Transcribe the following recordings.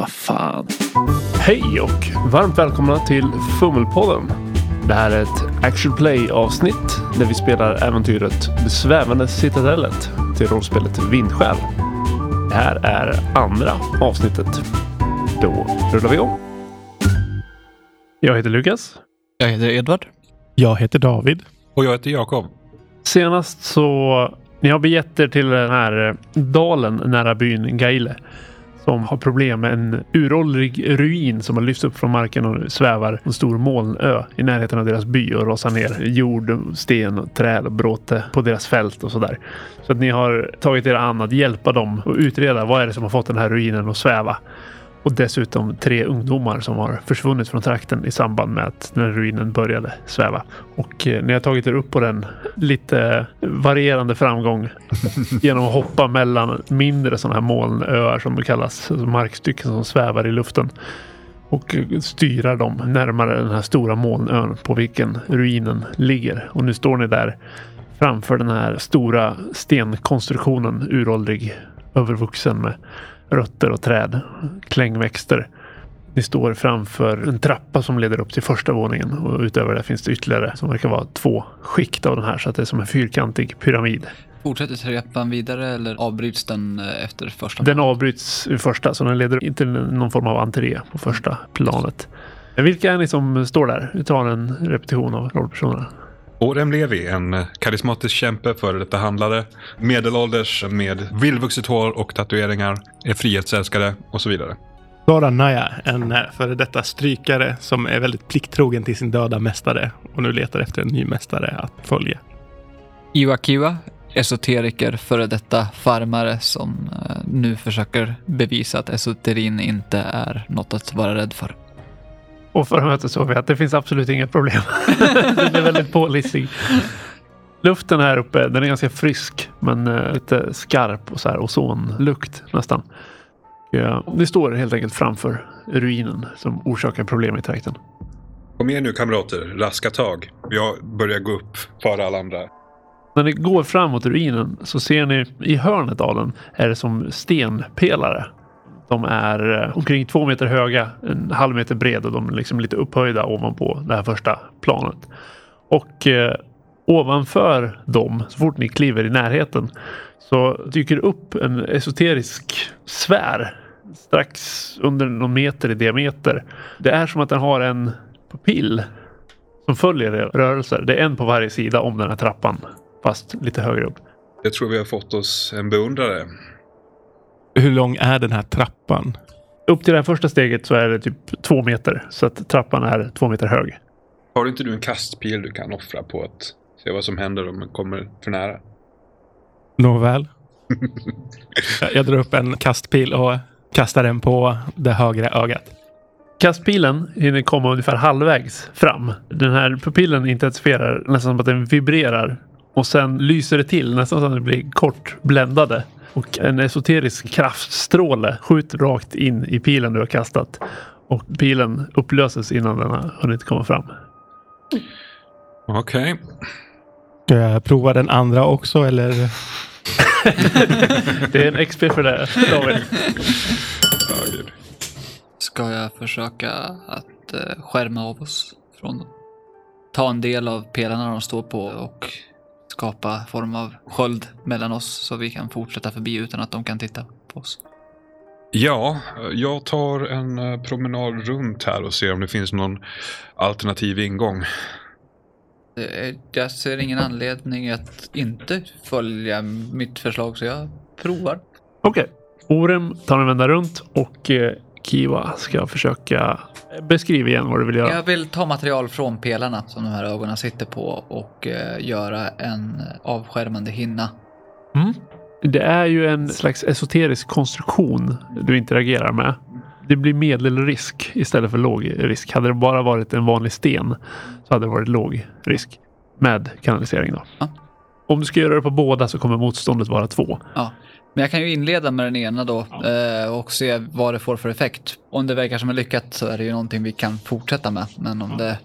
vad fan. Hej och varmt välkomna till Fummelpodden. Det här är ett Actual Play-avsnitt där vi spelar äventyret Det svävande citadellet till rollspelet Vindsjäl. Det här är andra avsnittet. Då rullar vi om. Jag heter Lukas. Jag heter Edvard. Jag heter David. Och jag heter Jakob. Senast så ni har begett er till den här dalen nära byn Gaile som har problem med en uråldrig ruin som har lyfts upp från marken och svävar en stor molnö i närheten av deras by och rasar ner jord, sten, träd och bråte på deras fält och sådär. Så att ni har tagit er an att hjälpa dem och utreda vad är det som har fått den här ruinen att sväva. Och dessutom 3 ungdomar som har försvunnit från trakten i samband med att den här ruinen började sväva. Och ni har tagit er upp på den lite varierande framgång genom att hoppa mellan mindre sådana här molnöar som det kallas, alltså markstycken som svävar i luften. Och styra dem närmare den här stora molnön på vilken ruinen ligger. Och nu står ni där framför den här stora stenkonstruktionen, uråldrig, övervuxen med rötter och träd, klängväxter. Ni står framför en trappa som leder upp till första våningen och utöver det finns det ytterligare som verkar vara 2 skikt av den här så att det är som en fyrkantig pyramid. Fortsätter trappan vidare eller avbryts den efter första? Den avbryts i första så den leder inte till någon form av entré på första planet. Vilka är ni som står där? Vi tar en repetition av rollpersonerna. Orem Levi, en karismatisk kämpe för detta handlare, medelålders med vildvuxet hår och tatueringar, är frihetsälskare och så vidare. Dora Naya, en före detta strykare som är väldigt plikttrogen till sin döda mästare och nu letar efter en ny mästare att följa. Iwa Kiwa, esoteriker, före detta farmare som nu försöker bevisa att esoterin inte är något att vara rädd för. Och för mötet såg vi att det finns absolut inga problem. Den är väldigt pålissig. Luften här uppe, den är ganska frisk men lite skarp och så här ozonlukt nästan. Det står helt enkelt framför ruinen som orsakar problem i trakten. Kom igen nu kamrater, raska tag. Jag börjar gå upp före alla andra. När ni går fram mot ruinen så ser ni i hörnet av den är det som stenpelare. De är omkring 2 meter höga, en halv meter bred och de är liksom lite upphöjda ovanpå det här första planet. Och ovanför dem, så fort ni kliver i närheten, så dyker upp en esoterisk sfär strax under någon meter i diameter. Det är som att den har en pupill som följer rörelser. Det är en på varje sida om den här trappan, fast lite högre upp. Jag tror vi har fått oss en beundrare. Hur lång är den här trappan? Upp till det här första steget så är det typ 2 meter. Så att trappan är 2 meter hög. Har inte du en kastpil du kan offra på att se vad som händer om man kommer för nära? Nåväl. Jag drar upp en kastpil och kastar den på det högra ögat. Kastpilen hinner komma ungefär halvvägs fram. Den här pupillen intensifierar nästan som att den vibrerar. Och sen lyser det till nästan som att det blir kort bländade. Och en esoterisk kraftstråle skjuter rakt in i pilen du har kastat. Och pilen upplöses innan den har hunnit komma fram. Okej. Ska jag prova den andra också eller? Det är en XP för det. Ska jag försöka att skärma av oss från dem? Ta en del av pelarna de står på och skapa form av sköld mellan oss så vi kan fortsätta förbi utan att de kan titta på oss. Ja, jag tar en promenad runt här och ser om det finns någon alternativ ingång. Jag ser ingen anledning att inte följa mitt förslag så jag provar. Okej. Orem tar en vända runt och Kiwa ska försöka beskriva igen vad du vill göra. Jag vill ta material från pelarna som de här ögonen sitter på och göra en avskärmande hinna. Mm. Det är ju en slags esoterisk konstruktion du interagerar med. Det blir medelrisk istället för låg risk. Hade det bara varit en vanlig sten så hade det varit låg risk med kanalisering då. Ja. Om du ska göra det på båda så kommer motståndet vara 2. Ja. Men jag kan ju inleda med den ena då och se vad det får för effekt. Om det verkar som är lyckat så är det ju någonting vi kan fortsätta med. Men om det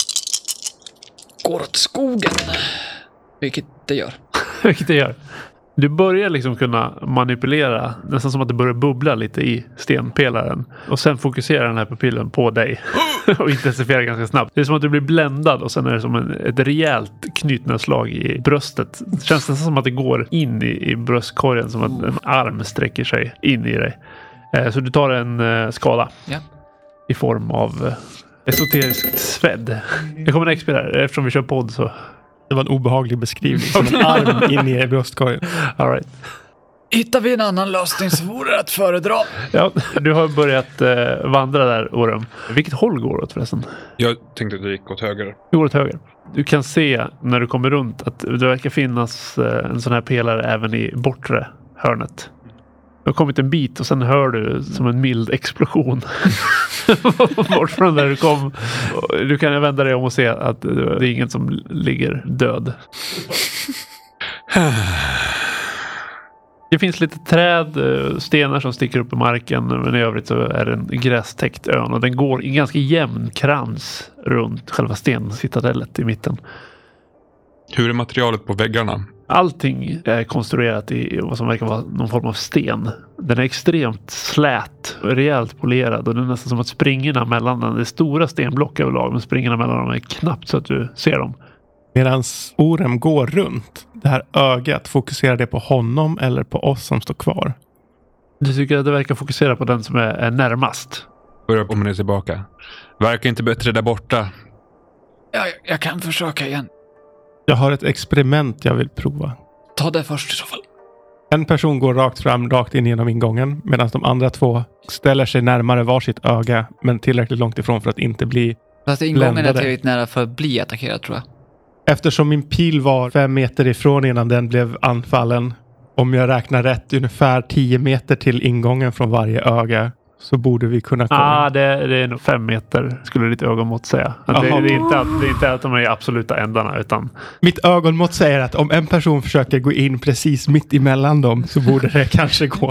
går åt skogen, vilket det gör. Vilket det gör. Du börjar liksom kunna manipulera, nästan som att det börjar bubbla lite i stenpelaren. Och sen fokuserar den här pupillen på dig. Och intensifierar ganska snabbt. Det är som att du blir bländad och sen är det som ett rejält knytnävsslag i bröstet. Det känns nästan som att det går in i bröstkorgen, som att en arm sträcker sig in i dig. Så du tar en skala. Ja. I form av esoteriskt svedd. Det kommer en XP där, eftersom vi kör podd så... Det var en obehaglig beskrivning. Som en arm in i bröstkorgen. All right. Hittar vi en annan lösning så vore det att föredra. Ja, du har börjat vandra där, Orem. Vilket håll går det åt förresten? Jag tänkte att det gick åt höger. Det går åt höger. Du kan se när du kommer runt att det verkar finnas en sån här pelare även i bortre hörnet. Du har kommit en bit och sen hör du som en mild explosion bort från där du kom. Du kan vända dig om och se att det är ingen som ligger död. Det finns lite träd, stenar som sticker upp i marken, men i övrigt så är det en grästäckt ön och den går i ganska jämn krans runt själva stencitadellet i mitten. Hur är materialet på väggarna? Allting är konstruerat i vad som verkar vara någon form av sten. Den är extremt slät och rejält polerad och det är nästan som att springorna mellan den, det är stora stenblock överlag, men springorna mellan dem är knappt så att du ser dem. Medan Orem går runt, det här ögat, fokuserar det på honom eller på oss som står kvar? Du tycker att det verkar fokusera på den som är närmast. Börjar om den är tillbaka. Verkar inte bättre där borta. Ja, jag kan försöka igen. Jag har ett experiment jag vill prova. Ta det först i så fall. En person går rakt fram, rakt in genom ingången, medan de andra två ställer sig närmare varsitt öga, men tillräckligt långt ifrån för att inte bli Fast ingången bländade. är tillräckligt nära för att bli attackerad, tror jag. Eftersom min pil var 5 meter ifrån innan den blev anfallen, om jag räknar rätt, ungefär 10 meter till ingången från varje öga, så borde vi kunna komma. Det är nog 5 meter, skulle ditt ögonmått säga. Det är inte att de är i absoluta ändarna, utan... Mitt ögonmått säger att om en person försöker gå in precis mitt emellan dem så borde det kanske gå.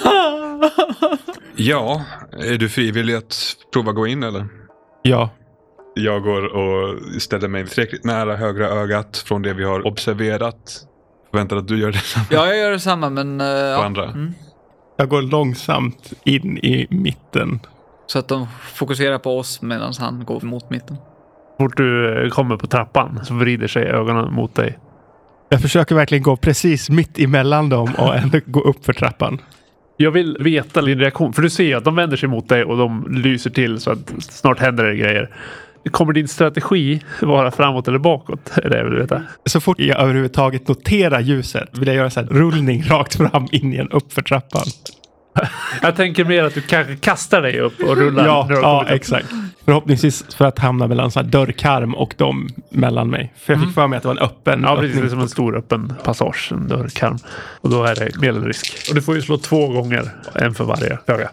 Ja, är du frivillig att prova gå in eller? Ja. Jag går och ställer mig tillräckligt nära högra ögat från det vi har observerat. Förväntar att du gör det samma. Ja, jag gör detsamma, men... På andra. Mm. Jag går långsamt in i mitten. Så att de fokuserar på oss medan han går mot mitten. Fort du kommer på trappan så vrider sig ögonen mot dig. Jag försöker verkligen gå precis mitt emellan dem och ändå gå upp för trappan. Jag vill veta din reaktion, för du ser att de vänder sig mot dig och de lyser till så att snart händer det grejer. Kommer din strategi vara framåt eller bakåt? Är det jag vill veta. Så fort jag överhuvudtaget noterar ljuset vill jag göra så här rullning rakt fram in igen upp för trappan. Jag tänker mer att du kanske kastar dig upp och rullar. Ja, exakt. Förhoppningsvis för att hamna mellan så här dörrkarm och dem mellan mig. För jag fick för mig att det var en öppen. Ja, precis. Det är som en stor öppen passage, en dörrkarm. Och då är det medelrisk. Och du får ju slå 2 gånger, en för varje öga.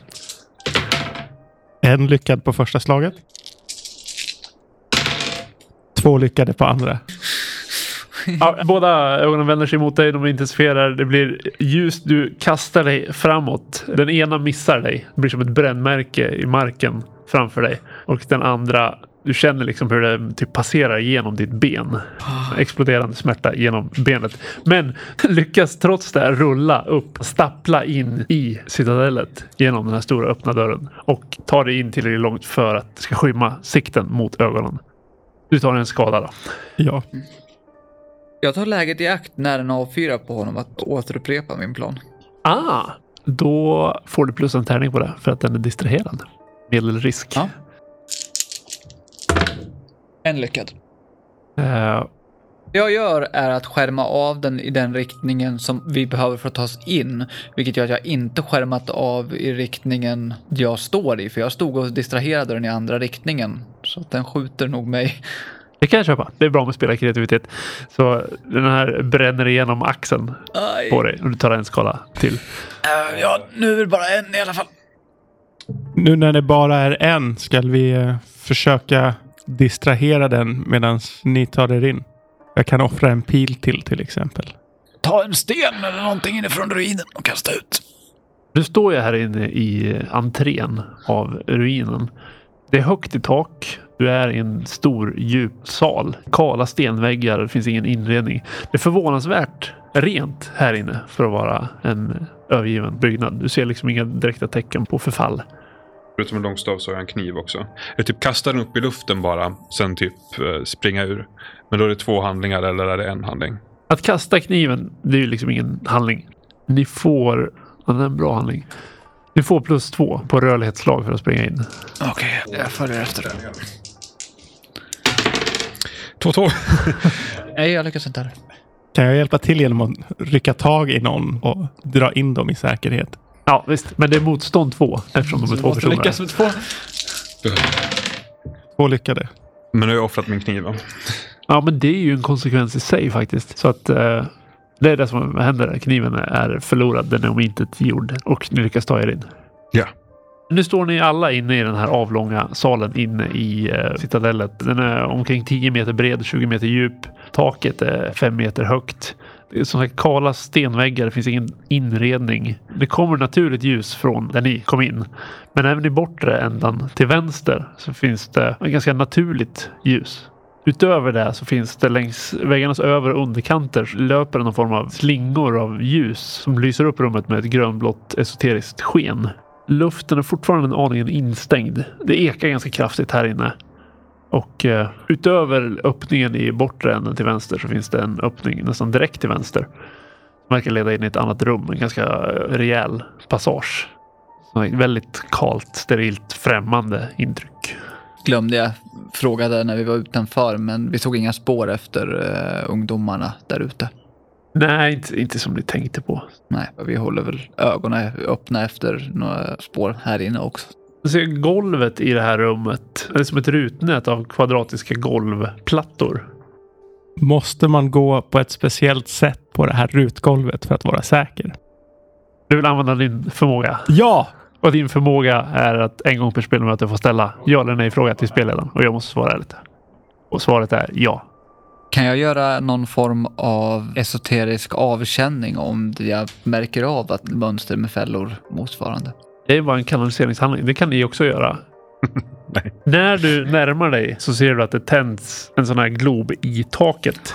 En lyckad på första slaget. 2 lyckade på andra. Ja, båda ögonen vänder sig mot dig, de intensifierar, det blir ljust, du kastar dig framåt. Den ena missar dig, det blir som ett brännmärke i marken framför dig. Och den andra, du känner liksom hur det typ passerar genom ditt ben. Exploderande smärta genom benet. Men lyckas trots det rulla upp, stappla in i citadellet genom den här stora öppna dörren. Och tar dig in tillräckligt långt för att det ska skymma sikten mot ögonen. Du tar en skada då. Ja. Jag tar läget i akt när den avfyrar på honom att återupprepa min plan. Då får du plus en tärning på det för att den är distraherande. Medelrisk. Ja. En lyckad. Det jag gör är att skärma av den i den riktningen som vi behöver för att ta oss in. Vilket gör att jag inte skärmat av i riktningen jag står i. För jag stod och distraherade den i andra riktningen. Så att den skjuter nog mig. Det kan jag köpa. Det är bra med spelarkreativitet. Så den här bränner igenom axeln på dig. Och du tar en skala till. Ja, nu är det bara en i alla fall. Nu när det bara är en ska vi försöka distrahera den medan ni tar er in. Jag kan offra en pil till exempel. Ta en sten eller någonting inifrån ruinen och kasta ut. Du står ju här inne i entrén av ruinen. Det är högt i tak. Du är i en stor djup sal. Kala stenväggar, det finns ingen inredning. Det är förvånansvärt rent här inne för att vara en övergiven byggnad. Du ser liksom inga direkta tecken på förfall. Förutom en långstav så har jag en kniv också. Jag typ kastar den upp i luften bara, sen typ springa ur. Men då är det 2 handlingar eller är det en handling? Att kasta kniven, det är ju liksom ingen handling. Ni får, det är en bra handling. Ni får +2 på rörlighetsslag för att springa in. Okej, jag följer efter det. 2-2. Nej, jag lyckas inte här. Kan jag hjälpa till genom att rycka tag i någon och dra in dem i säkerhet? Ja, visst. Men det är motstånd 2 eftersom de är 2 personer. Lyckas med 2. 2 lyckade. Men nu har jag offrat min kniv. Ja, men det är ju en konsekvens i sig faktiskt. Så att det är det som händer. Kniven är förlorad, den är omintetgjord och ni lyckas ta er in. Ja. Nu står ni alla inne i den här avlånga salen inne i citadellet. Den är omkring 10 meter bred, 20 meter djup. Taket är 5 meter högt. Det är som sagt kala stenväggar, det finns ingen inredning. Det kommer naturligt ljus från där ni kom in. Men även i bortre ändan till vänster så finns det ett ganska naturligt ljus. Utöver det så finns det längs väggarnas över- och underkanter löper någon form av slingor av ljus som lyser upp rummet med ett grönblått esoteriskt sken. Luften är fortfarande en aningen instängd. Det ekar ganska kraftigt här inne. Och utöver öppningen i bortre änden till vänster så finns det en öppning nästan direkt till vänster. Som verkar leda in i ett annat rum. En ganska rejäl passage. Så ett väldigt kalt, sterilt, främmande intryck. Glömde jag fråga där när vi var utanför, men vi såg inga spår efter ungdomarna där ute. Nej, inte som ni tänkte på. Nej, vi håller väl ögonen öppna efter några spår här inne också. Du ser golvet i det här rummet. Det är som ett rutnät av kvadratiska golvplattor. Måste man gå på ett speciellt sätt på det här rutgolvet för att vara säker? Du vill använda din förmåga. Ja! Och din förmåga är att en gång per spelmöte få ställa ja eller nej fråga till spelledaren. Och jag måste svara ärligt. Och svaret är ja. Kan jag göra någon form av esoterisk avkänning om jag märker av att mönster med fällor motsvarande? Det är bara en kanaliseringshandling. Det kan ni också göra. Nej. När du närmar dig så ser du att det tänds en sån här glob i taket.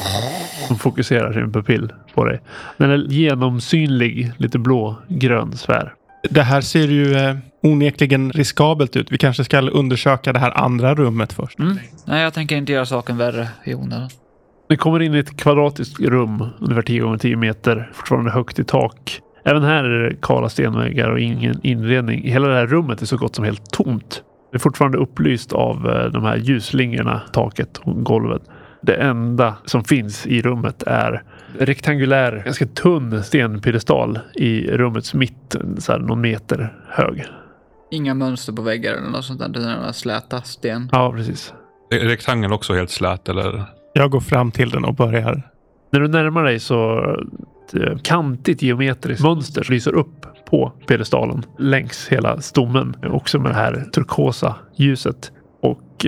Som fokuserar sin pupill på dig. Den är genomsynlig, lite blå-grön sfär. Det här ser ju onekligen riskabelt ut. Vi kanske ska undersöka det här andra rummet först. Nej, jag tänker inte göra saken värre i onödan. Ni kommer in i ett kvadratiskt rum, ungefär 10 x 10 meter, fortfarande högt i tak. Även här är det kala stenväggar och ingen inredning. Hela det här rummet är så gott som helt tomt. Det är fortfarande upplyst av de här ljuslinjerna, taket och golvet. Det enda som finns i rummet är rektangulär, ganska tunn stenpedestal i rummets mitt, så här någon meter hög. Inga mönster på väggar eller något sånt där, det är några släta sten. Ja, precis. Är rektangeln också helt slät eller? Jag går fram till den och börjar. När du närmar dig så ett kantigt geometriskt mönster lyser upp på pedestalen längs hela stommen. Också med det här turkosa ljuset. Och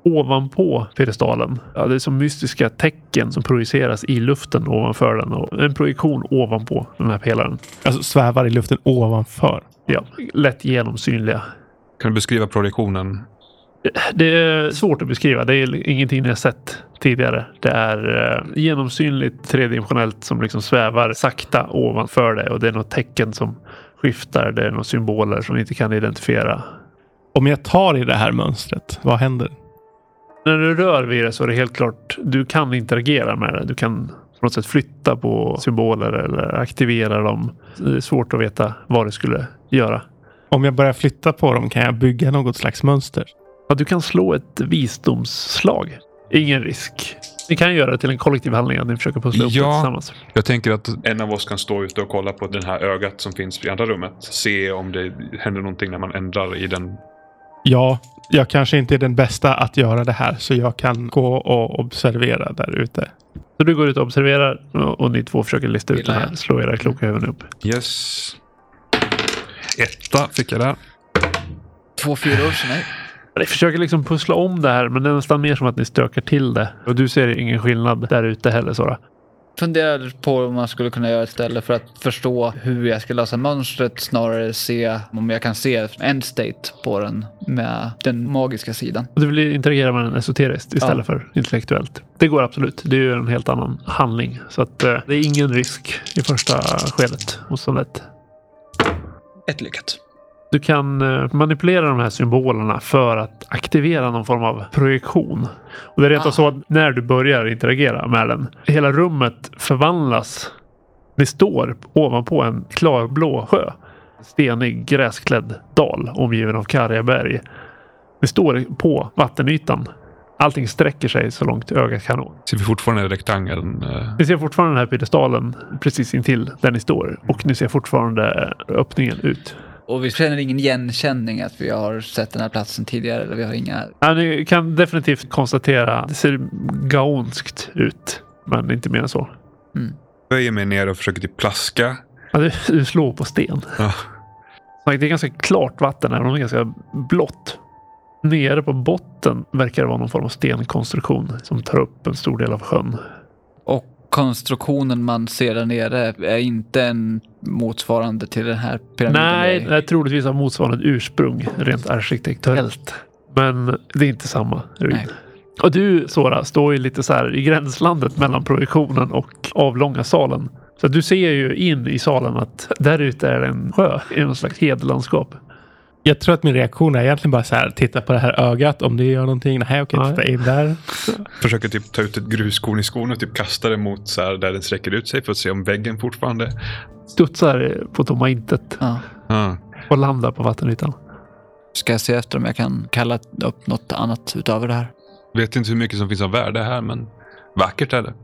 ovanpå pedestalen, ja, det är som mystiska tecken som projiceras i luften ovanför den. Och en projektion ovanpå den här pelaren. Alltså svävar i luften ovanför. Ja, lätt genomsynliga. Kan du beskriva projektionen? Det är svårt att beskriva. Det är ingenting ni har sett tidigare. Det är genomsynligt tredimensionellt som liksom svävar sakta ovanför det. Och det är något tecken som skiftar. Det är några symboler som ni inte kan identifiera. Om jag tar i det här mönstret, vad händer? När du rör vid det så är det helt klart, du kan interagera med det. Du kan på något sätt flytta på symboler eller aktivera dem. Det är svårt att veta vad det skulle göra. Om jag börjar flytta på dem kan jag bygga något slags mönster. Ja, du kan slå ett visdomsslag. Ingen risk. Ni kan göra det till en kollektiv handling att ni försöker pussla upp det tillsammans. Jag tänker att en av oss kan stå ute och kolla på den här ögat som finns i andra rummet. Se om det händer någonting när man ändrar i den. Ja, jag kanske inte är den bästa att göra det här. Så jag kan gå och observera där ute. Så du går ut och observerar och ni två försöker lista ut det här. Slå era kloka huvuden upp. Yes. 1 fick jag där. 2 4 år, nej. Ni försöker liksom pussla om det här, men det är nästan mer som att ni stökar till det. Och du ser ingen skillnad där ute heller, Sora. funderar på om man skulle kunna göra istället för att förstå hur jag ska lösa mönstret, snarare se om jag kan se end state på den med den magiska sidan. Du vill interagera med den esoteriskt istället för intellektuellt. Det går absolut. Det är ju en helt annan handling. Så att det är ingen risk i första skedet hos Solett. Ett lyckat. Du kan manipulera de här symbolerna för att aktivera någon form av projektion. Och det är rent så att när du börjar interagera med den, hela rummet förvandlas. Ni står ovanpå en klarblå sjö. Stenig, gräsklädd dal omgiven av karga berg. Ni står på vattenytan. Allting sträcker sig så långt ögat kan nå. Ser vi fortfarande rektangeln? Vi ser fortfarande den här piedestalen precis intill där ni står. Och ni ser fortfarande öppningen ut. Och vi känner ingen igenkänning att vi har sett den här platsen tidigare. Eller vi har inga... Ja, ni kan definitivt konstatera att det ser gaonskt ut. Men inte mer än så. Böjer mig ner och försöker typ plaska. Ja, du slår på sten. Ja. Det är ganska klart vatten, även om det är ganska blått. Nere på botten verkar det vara någon form av stenkonstruktion som tar upp en stor del av sjön. Och konstruktionen man ser där nere är inte en motsvarande till den här pyramiden? Nej, det är troligtvis av motsvarande ursprung rent arkitekturellt. Men det är inte samma ruin. Nej. Och du, Sora, står ju lite så här i gränslandet mellan projektionen och avlånga salen. Så du ser ju in i salen att där ute är en sjö i någon slags hedlandskap. Jag tror att min reaktion är egentligen bara så här, titta på det här ögat om det gör någonting. Nej, okej, titta in där. Försöker typ ta ut ett gruskorn i skon och typ kasta det mot så här där den sträcker ut sig för att se om väggen fortfarande studsar på tomma intet. Och landar på vattenytan. Ska jag se efter om jag kan kalla upp något annat utöver det här? Vet inte hur mycket som finns av värde här, men vackert är det.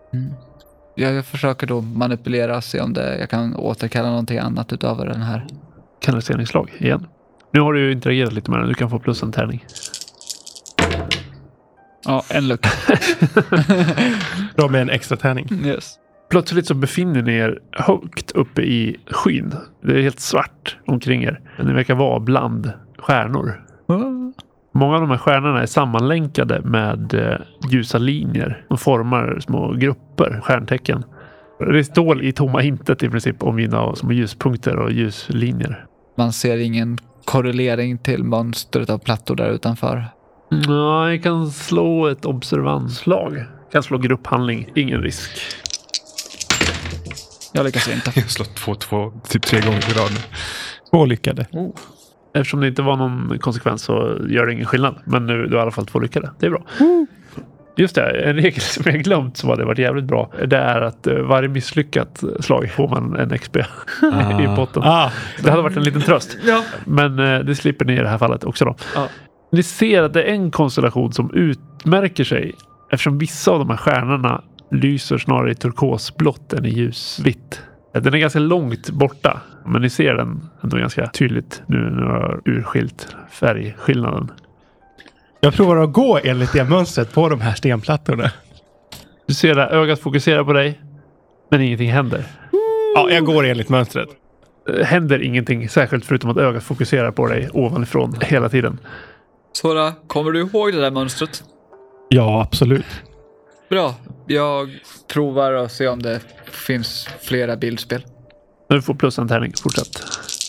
Jag försöker då manipulera, se om jag kan återkalla någonting annat utöver den här. Kanaliseringsslag igen. Nu har du ju interagerat lite med den. Du kan få plus en tärning. Ja, en lucka. Bra med en extra tärning. Yes. Plötsligt så befinner ni er högt uppe i skyn. Det är helt svart omkring er. Ni verkar vara bland stjärnor. Många av de här stjärnorna är sammanlänkade med ljusa linjer. De formar små grupper, stjärntecken. Det står i tomma intet i princip omgivna av små ljuspunkter och ljuslinjer. Man ser ingen korrelering till mönstret av plattor där utanför. Nej, jag kan slå ett observansslag. Jag kan slå grupphandling. Ingen risk. Jag lyckas inte. Jag har slått 2-2 typ 3 gånger i rad. 2 lyckade. Eftersom det inte var någon konsekvens så gör det ingen skillnad. Men nu du har i alla fall 2 lyckade. Det är bra. Just det, en regel som jag glömt som hade varit jävligt bra. Det är att varje misslyckat slag får man en XP i botten. Det hade varit en liten tröst. Ja. Men det slipper ni i det här fallet också då. Ni ser att det är en konstellation som utmärker sig. Eftersom vissa av de här stjärnorna lyser snarare i turkosblått än i ljusvitt. Den är ganska långt borta. Men ni ser den ändå ganska tydligt nu när jag har urskilt färgskillnaden. Jag provar att gå enligt det mönstret på de här stenplattorna. Du ser där, ögat fokuserar på dig. Men ingenting händer. Ja, jag går enligt mönstret. Händer ingenting särskilt förutom att ögat fokuserar på dig ovanifrån hela tiden. Sora, kommer du ihåg det där mönstret? Ja, absolut. Bra, jag provar att se om det finns flera bildspel. Du får plus en tärning, fortsätt.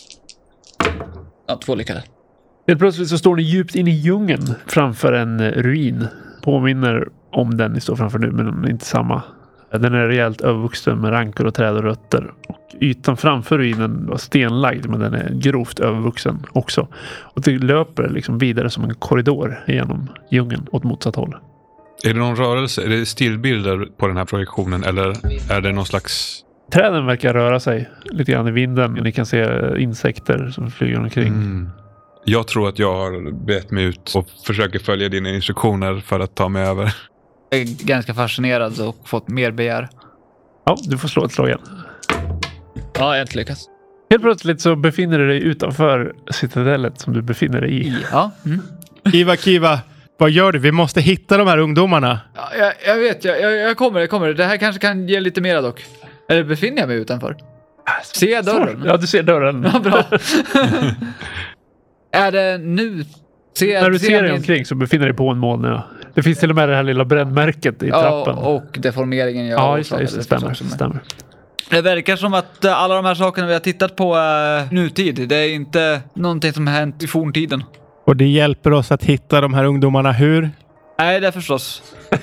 Ja, 2 lyckade. Helt plötsligt så står ni djupt in i djungeln framför en ruin. Påminner om den ni står framför nu, men inte samma. Den är rejält övervuxen med rankor och träd och rötter. Och ytan framför ruinen var stenlagd, men den är grovt övervuxen också. Och det löper liksom vidare som en korridor genom djungeln åt motsatt håll. Är det någon rörelse? Är det stillbilder på den här projektionen eller är det någon slags... Träden verkar röra sig lite grann i vinden. Ni kan se insekter som flyger omkring. Jag tror att jag har bett mig ut och försöker följa dina instruktioner för att ta mig över. Jag är ganska fascinerad och fått mer begär. Ja, du får slå ett slag igen. Ja, jag har inte lyckats. Helt plötsligt så befinner du dig utanför citadellet som du befinner dig i. Ja. Kiva, vad gör du? Vi måste hitta de här ungdomarna. Ja, jag vet, jag kommer. Det här kanske kan ge lite mera dock. Eller befinner jag mig utanför? Ser jag dörren? Ja, du ser dörren. Ja, bra. Är det nu? När du ser dig omkring så befinner dig på en moln. Ja. Det finns till och med det här lilla brännmärket i trappen. Och deformeringen jag Ja, just det stämmer. Det verkar som att alla de här sakerna vi har tittat på är nutid. Det är inte någonting som har hänt i forntiden. Och det hjälper oss att hitta de här ungdomarna hur? Nej, det är förstås.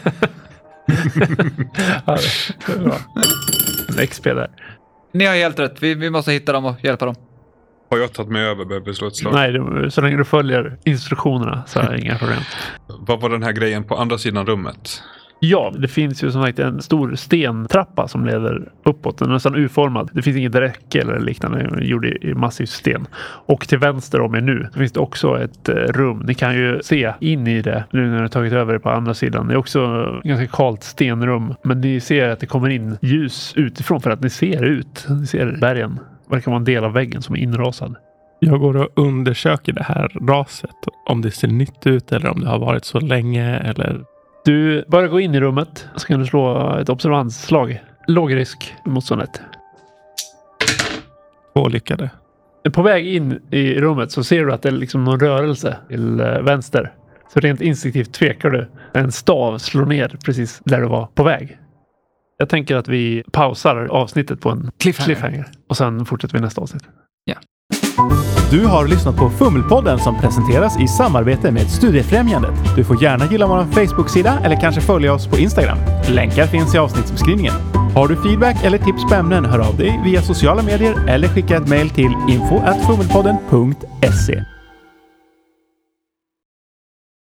Ja, det är bra. XP där. Ni har helt rätt. Vi måste hitta dem och hjälpa dem. Har jag tagit mig över behöver slå ett slag? Nej, så länge du följer instruktionerna så är det inga problem. Vad var den här grejen på andra sidan rummet? Ja, det finns ju som sagt en stor stentrappa som leder uppåt. Den är nästan U-formad. Det finns inget räcke eller liknande. Den är gjord i massiv sten. Och till vänster om er nu finns det också ett rum. Ni kan ju se in i det nu när ni har tagit över det på andra sidan. Det är också ett ganska kallt stenrum. Men ni ser att det kommer in ljus utifrån för att ni ser ut. Ni ser bergen. Det verkar vara en del av väggen som är inrasad. Jag går och undersöker det här raset. Om det ser nytt ut eller om det har varit så länge eller... Du börjar gå in i rummet. Så kan du slå ett observansslag. Låg risk motståndet. 2 lyckade. På väg in i rummet så ser du att det är liksom någon rörelse till vänster. Så rent instinktivt tvekar du. En stav slår ner precis där du var på väg. Jag tänker att vi pausar avsnittet på en cliffhanger. Och sen fortsätter vi nästa avsnitt. Ja. Du har lyssnat på Fummelpodden som presenteras i samarbete med Studiefrämjandet. Du får gärna gilla vår Facebook-sida eller kanske följa oss på Instagram. Länkar finns i avsnittsbeskrivningen. Har du feedback eller tips på ämnen, hör av dig via sociala medier eller skicka ett mejl till info@fummelpodden.se.